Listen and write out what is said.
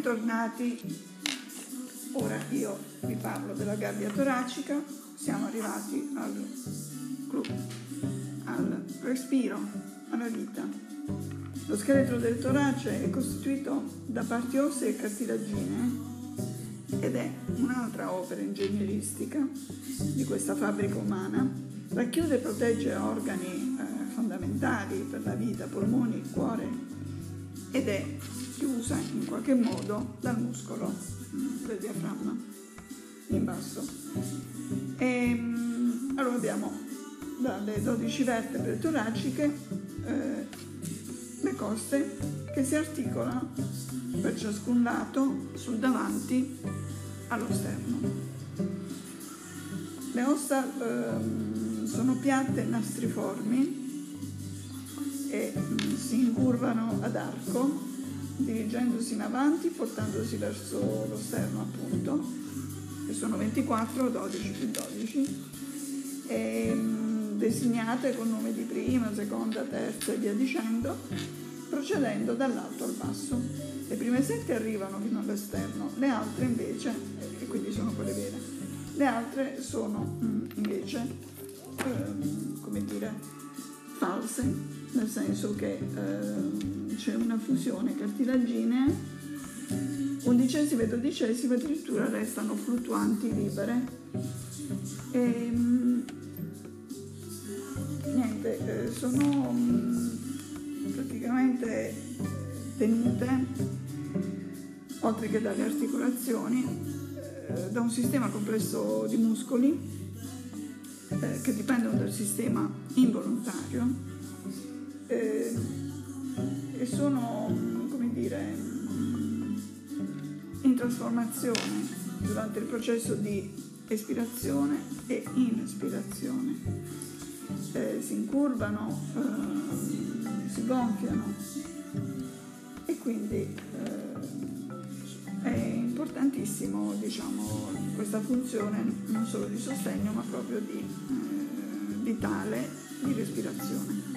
Bentornati, ora io vi parlo della gabbia toracica. Siamo arrivati al respiro, alla vita. Lo scheletro del torace è costituito da parti ossee e cartilagine ed è un'altra opera ingegneristica di questa fabbrica umana. Racchiude e protegge organi fondamentali per la vita, polmoni, cuore, ed è chiusa in qualche modo dal muscolo del diaframma in basso. Allora abbiamo dalle 12 vertebre toraciche le coste che si articolano per ciascun lato sul davanti allo sterno. Le ossa sono piatte nastriformi e si incurvano ad arco, dirigendosi in avanti, portandosi verso lo sterno, appunto, che sono 24, 12 più 12, e designate con nome di prima, seconda, terza e via dicendo, procedendo dall'alto al basso. Le prime 7 arrivano fino all'esterno, le altre invece, e quindi sono quelle vere, le altre sono invece, come dire, false, nel senso che c'è una fusione cartilaginea, 11ª e 12ª addirittura restano fluttuanti, libere. E niente, sono praticamente tenute, oltre che dalle articolazioni, da un sistema complesso di muscoli che dipendono dal sistema involontario e sono, come dire, in trasformazione durante il processo di espirazione e inspirazione. Si incurvano, si gonfiano e quindi è importantissimo, diciamo, questa funzione non solo di sostegno ma proprio di respirazione.